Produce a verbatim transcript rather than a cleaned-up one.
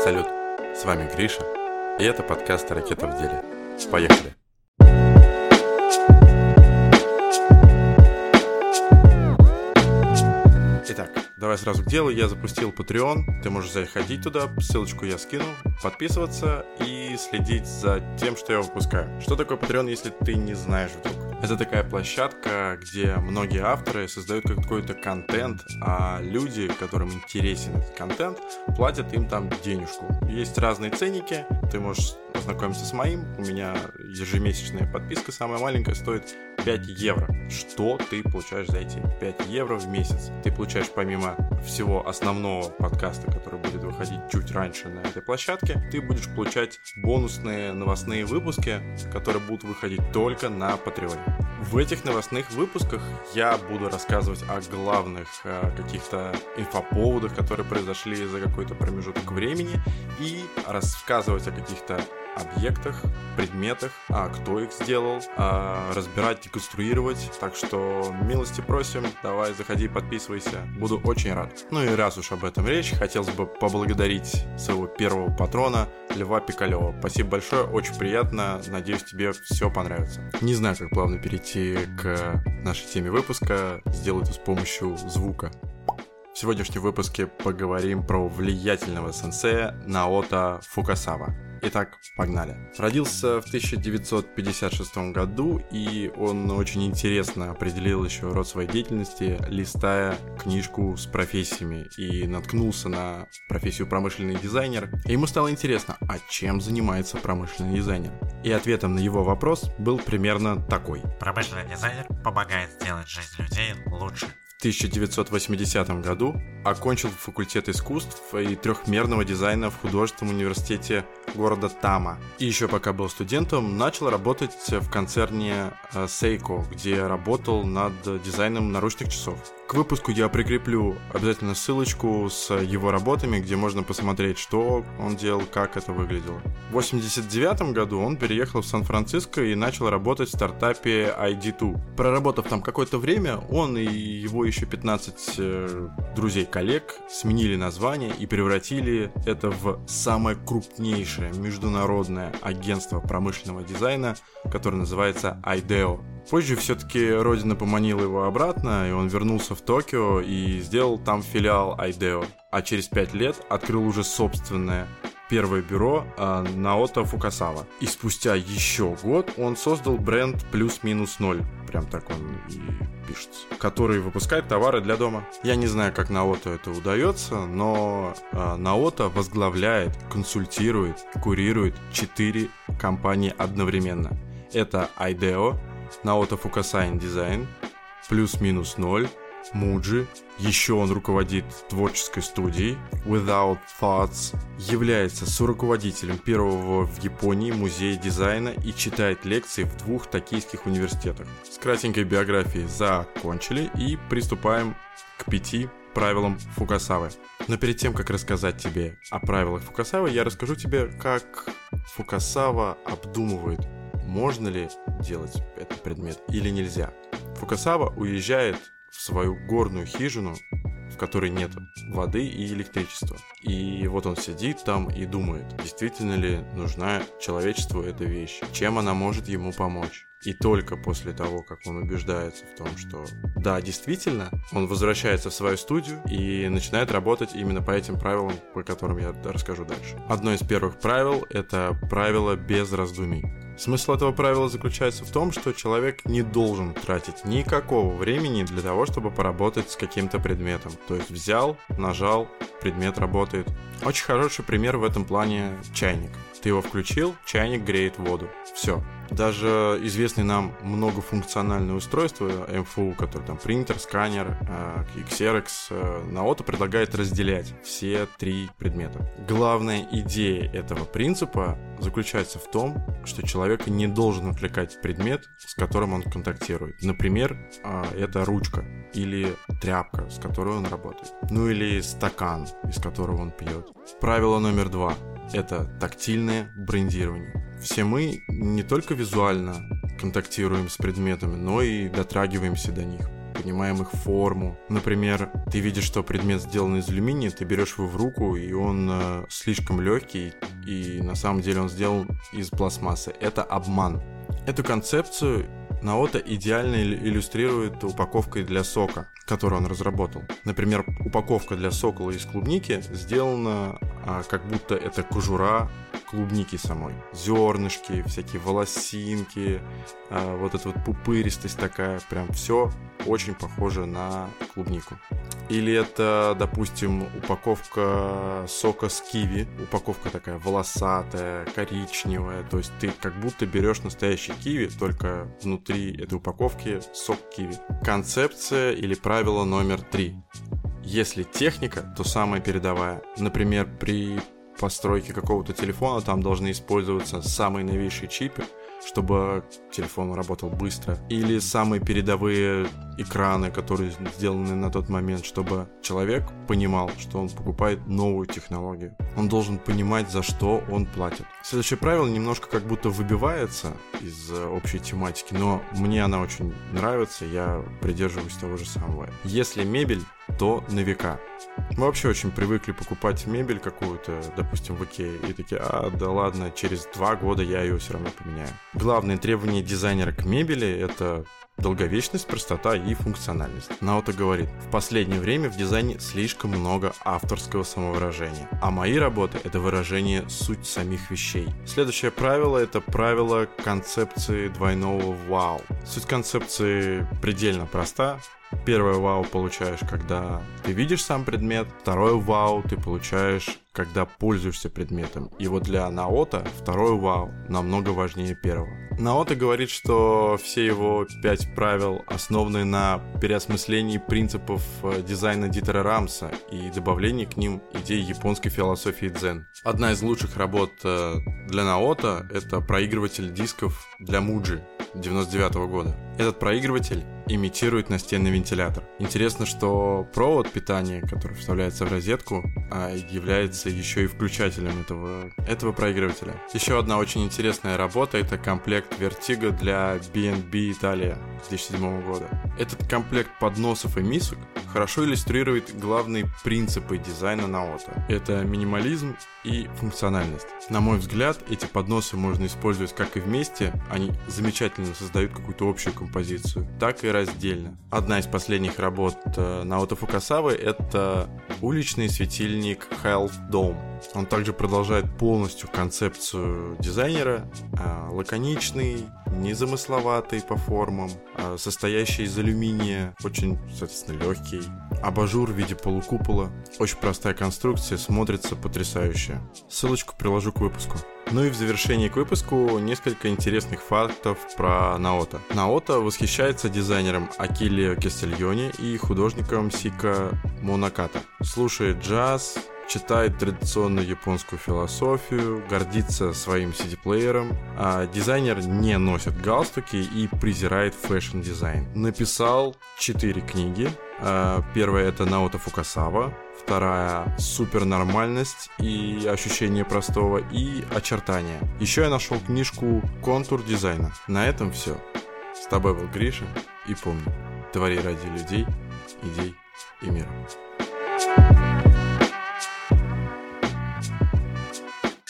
Салют, с вами Гриша, и это подкаст «Ракета в деле». Поехали! Итак, давай сразу к делу. Я запустил Patreon, ты можешь заходить туда, ссылочку я скину, подписываться и следить за тем, что я выпускаю. Что такое Patreon, если ты не знаешь вдруг? Это такая площадка, где многие авторы создают какой-то контент, а люди, которым интересен этот контент, платят им там денежку. Есть разные ценники, ты можешь ознакомиться с моим. У меня ежемесячная подписка, самая маленькая, стоит пять евро. Что ты получаешь за эти пять евро в месяц? Ты получаешь помимо всего основного подкаста, который будет выходить чуть раньше на этой площадке, ты будешь получать бонусные новостные выпуски, которые будут выходить только на Patreon. В этих новостных выпусках я буду рассказывать о главных о каких-то инфоповодах, которые произошли за какой-то промежуток времени, и рассказывать о каких-то объектах, предметах, а кто их сделал, а, разбирать, деконструировать. Так что милости просим, давай заходи, подписывайся, буду очень рад. Ну и раз уж об этом речь, хотелось бы поблагодарить своего первого патрона Льва Пикалева. Спасибо большое, очень приятно, надеюсь, тебе все понравится. Не знаю, как плавно перейти к нашей теме выпуска, сделаю это с помощью звука. В сегодняшнем выпуске поговорим про влиятельного сенсея Наото Фукасава. Итак, погнали. Родился в тысяча девятьсот пятьдесят шестом году, и он очень интересно определил еще род своей деятельности, листая книжку с профессиями, и наткнулся на профессию промышленный дизайнер. И ему стало интересно, а чем занимается промышленный дизайнер? И ответом на его вопрос был примерно такой. Промышленный дизайнер помогает сделать жизнь людей лучше. В тысяча девятьсот восьмидесятом году окончил факультет искусств и трехмерного дизайна в художественном университете города Тама. И еще пока был студентом, начал работать в концерне Seiko, где работал над дизайном наручных часов. К выпуску я прикреплю обязательно ссылочку с его работами, где можно посмотреть, что он делал, как это выглядело. В восемьдесят девятом году он переехал в Сан-Франциско и начал работать в стартапе ай ди два. Проработав там какое-то время, он и его еще пятнадцать э, друзей-коллег сменили название и превратили это в самое крупнейшее международное агентство промышленного дизайна, которое называется Айдео. Позже все-таки родина поманила его обратно, и он вернулся в Токио и сделал там филиал Айдео. А через пять лет открыл уже собственное первое бюро э, Наото Фукасава. И спустя еще год он создал бренд плюс-минус ноль, прям так он и пишется, который выпускает товары для дома. Я не знаю, как Наото это удается, но э, Наото возглавляет, консультирует, курирует четыре компании одновременно. Это Айдео, Наото Фукасайн Дизайн, плюс-минус ноль, Муджи, еще он руководит творческой студией Without Thoughts, является соруководителем первого в Японии музея дизайна и читает лекции в двух токийских университетах. С кратенькой биографией закончили и приступаем к пяти правилам Фукасавы. Но перед тем, как рассказать тебе о правилах Фукасавы, я расскажу тебе, как Фукасава обдумывает, можно ли делать этот предмет или нельзя. Фукасава уезжает в свою горную хижину, в которой нет воды и электричества. И вот он сидит там и думает, действительно ли нужна человечеству эта вещь, чем она может ему помочь. И только после того, как он убеждается в том, что да, действительно, он возвращается в свою студию и начинает работать именно по этим правилам, по которым я расскажу дальше. Одно из первых правил – это правило без раздумий. Смысл этого правила заключается в том, что человек не должен тратить никакого времени для того, чтобы поработать с каким-то предметом. То есть взял, нажал, предмет работает. Очень хороший пример в этом плане – чайник. Ты его включил, чайник греет воду. Все. Даже известные нам многофункциональные устройства эм эф у, которые там принтер, сканер, э, Xerox, э, Наото предлагает разделять все три предмета. Главная идея этого принципа заключается в том, что человека не должен отвлекать предмет, с которым он контактирует. Например, э, это ручка или тряпка, с которой он работает. Ну или стакан, из которого он пьет. Правило номер два – это тактильное брендирование. Все мы не только визуально контактируем с предметами, но и дотрагиваемся до них. Ты понимаем их форму. Например, ты видишь, что предмет сделан из алюминия, ты берешь его в руку, и он э, слишком легкий, и на самом деле он сделан из пластмассы. Это обман. Эту концепцию Наото идеально иллюстрирует упаковкой для сока, которую он разработал. Например, упаковка для сока из клубники сделана а, как будто это кожура клубники самой. Зернышки, всякие волосинки, а, вот эта вот пупыристость такая, прям все очень похоже на клубнику. Или это, допустим, упаковка сока с киви. Упаковка такая волосатая, коричневая. То есть ты как будто берешь настоящий киви, только внутри этой упаковки сок киви. Концепция или правило номер три. Если техника, то самая передовая. Например, при постройке какого-то телефона там должны использоваться самые новейшие чипы, чтобы телефон работал быстро. Или самые передовые экраны, которые сделаны на тот момент, чтобы человек понимал, что он покупает новую технологию. Он должен понимать, за что он платит. Следующее правило немножко как будто выбивается из общей тематики, но мне она очень нравится, я придерживаюсь того же самого. Если мебель, то на века. Мы вообще очень привыкли покупать мебель какую-то, допустим, в Икее, и такие, а, да ладно, через два года я ее все равно поменяю. Главное требование дизайнера к мебели – это долговечность, простота и функциональность. Наото говорит, в последнее время в дизайне слишком много авторского самовыражения, а мои работы – это выражение суть самих вещей. Следующее правило – это правило концепции двойного вау. Суть концепции предельно проста. Первое вау получаешь, когда ты видишь сам предмет. Второе вау ты получаешь, когда пользуешься предметом. И вот для Наото второе вау намного важнее первого. Наото говорит, что все его пять правил основаны на переосмыслении принципов дизайна Дитера Рамса и добавлении к ним идей японской философии дзен. Одна из лучших работ для Наото – это проигрыватель дисков для Муджи девяносто девятого года. Этот проигрыватель имитирует настенный вентилятор. Интересно, что провод питания, который вставляется в розетку, является еще и включателем этого, этого проигрывателя. Еще одна очень интересная работа – это комплект Vertigo для би энд би Italia две тысячи седьмого года. Этот комплект подносов и мисок хорошо иллюстрирует главные принципы дизайна Наото. Это минимализм и функциональность. На мой взгляд, эти подносы можно использовать как и вместе, они замечательно создают какую-то общую композицию, так и раздельно. Одна из последних работ Наото Фукасавы – это уличный светильник Health Dome. Он также продолжает полностью концепцию дизайнера, лаконичный, незамысловатый по формам, состоящий из алюминия, очень, соответственно, легкий. Абажур в виде полукупола. Очень простая конструкция, смотрится потрясающе. Ссылочку приложу к выпуску. Ну и в завершении к выпуску несколько интересных фактов про Наото. Наото восхищается дизайнером Акилио Кастильоне и художником Сика Монаката. Слушает джаз, читает традиционную японскую философию, гордится своим си ди-плеером, а дизайнер не носит галстуки и презирает фэшн-дизайн. Написал четыре книги. Первая — это Наото Фукасава, вторая — супернормальность и ощущение простого, и очертания. Еще я нашел книжку «Контур дизайна». На этом все. С тобой был Гриша, и помни, твори ради людей, идей и мира.